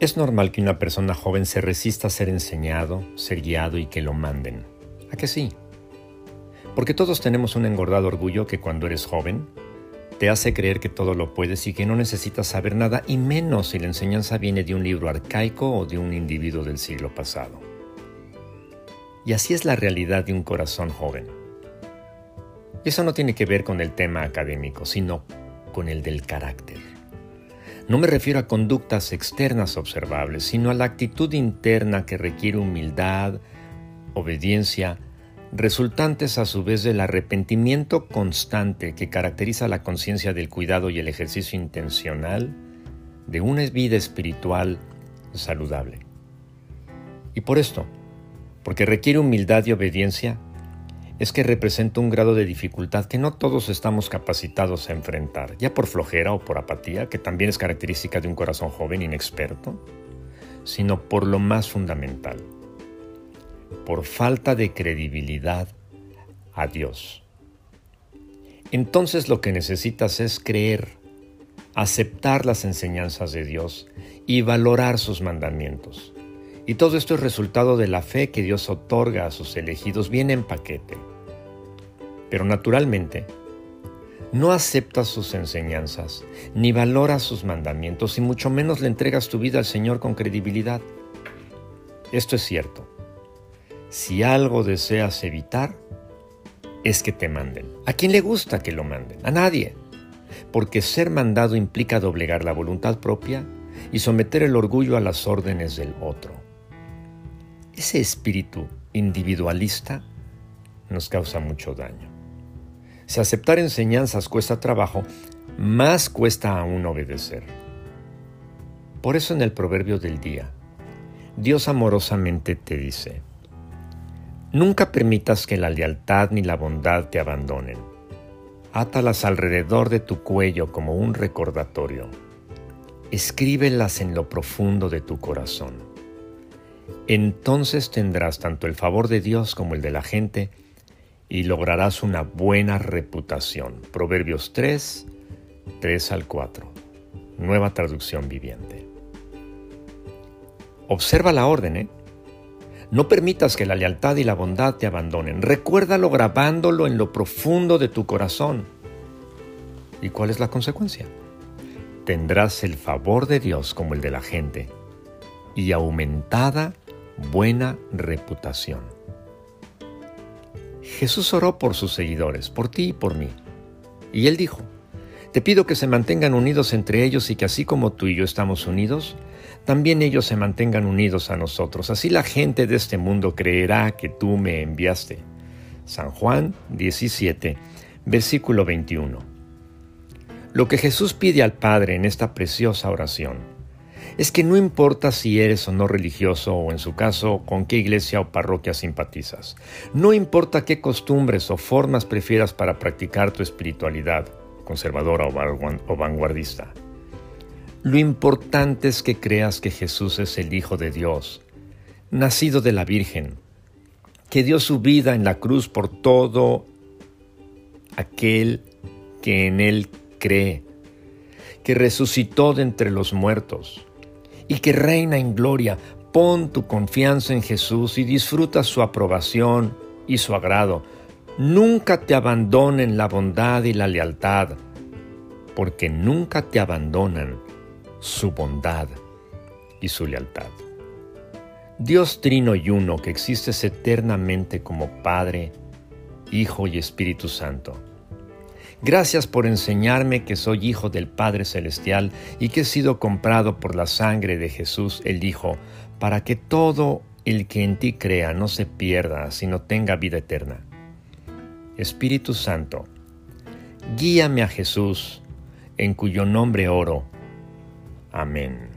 Es normal que una persona joven se resista a ser enseñado, ser guiado y que lo manden. ¿A que sí? Porque todos tenemos un engordado orgullo que cuando eres joven te hace creer que todo lo puedes y que no necesitas saber nada, y menos si la enseñanza viene de un libro arcaico o de un individuo del siglo pasado. Y así es la realidad de un corazón joven. Y eso no tiene que ver con el tema académico, sino con el del carácter. No me refiero a conductas externas observables, sino a la actitud interna que requiere humildad, obediencia, resultantes a su vez del arrepentimiento constante que caracteriza la conciencia del cuidado y el ejercicio intencional de una vida espiritual saludable. Y por esto, porque requiere humildad y obediencia, es que representa un grado de dificultad que no todos estamos capacitados a enfrentar, ya por flojera o por apatía, que también es característica de un corazón joven inexperto, sino por lo más fundamental, por falta de credibilidad a Dios. Entonces lo que necesitas es creer, aceptar las enseñanzas de Dios y valorar sus mandamientos. Y todo esto es resultado de la fe que Dios otorga a sus elegidos, viene en paquete. Pero naturalmente, no aceptas sus enseñanzas, ni valoras sus mandamientos, y mucho menos le entregas tu vida al Señor con credibilidad. Esto es cierto. Si algo deseas evitar, es que te manden. ¿A quién le gusta que lo manden? A nadie. Porque ser mandado implica doblegar la voluntad propia y someter el orgullo a las órdenes del otro. Ese espíritu individualista nos causa mucho daño. Si aceptar enseñanzas cuesta trabajo, más cuesta aún obedecer. Por eso en el proverbio del día, Dios amorosamente te dice: nunca permitas que la lealtad ni la bondad te abandonen. Átalas alrededor de tu cuello como un recordatorio. Escríbelas en lo profundo de tu corazón. Entonces tendrás tanto el favor de Dios como el de la gente y lograrás una buena reputación. Proverbios 3, 3-4. Nueva traducción viviente. Observa la orden, ¿eh? No permitas que la lealtad y la bondad te abandonen. Recuérdalo grabándolo en lo profundo de tu corazón. ¿Y cuál es la consecuencia? Tendrás el favor de Dios como el de la gente y aumentada buena reputación. Jesús oró por sus seguidores, por ti y por mí. Y Él dijo: te pido que se mantengan unidos entre ellos y que así como tú y yo estamos unidos, también ellos se mantengan unidos a nosotros. Así la gente de este mundo creerá que tú me enviaste. San Juan 17, versículo 21. Lo que Jesús pide al Padre en esta preciosa oración es que no importa si eres o no religioso, o en su caso, con qué iglesia o parroquia simpatizas. No importa qué costumbres o formas prefieras para practicar tu espiritualidad, conservadora o vanguardista. Lo importante es que creas que Jesús es el Hijo de Dios, nacido de la Virgen, que dio su vida en la cruz por todo aquel que en Él cree, que resucitó de entre los muertos y que reina en gloria. Pon tu confianza en Jesús y disfruta su aprobación y su agrado. Nunca te abandonen la bondad y la lealtad, porque nunca te abandonan su bondad y su lealtad. Dios trino y uno, que existes eternamente como Padre, Hijo y Espíritu Santo. Gracias por enseñarme que soy hijo del Padre Celestial y que he sido comprado por la sangre de Jesús el Hijo, para que todo el que en ti crea no se pierda, sino tenga vida eterna. Espíritu Santo, guíame a Jesús, en cuyo nombre oro. Amén.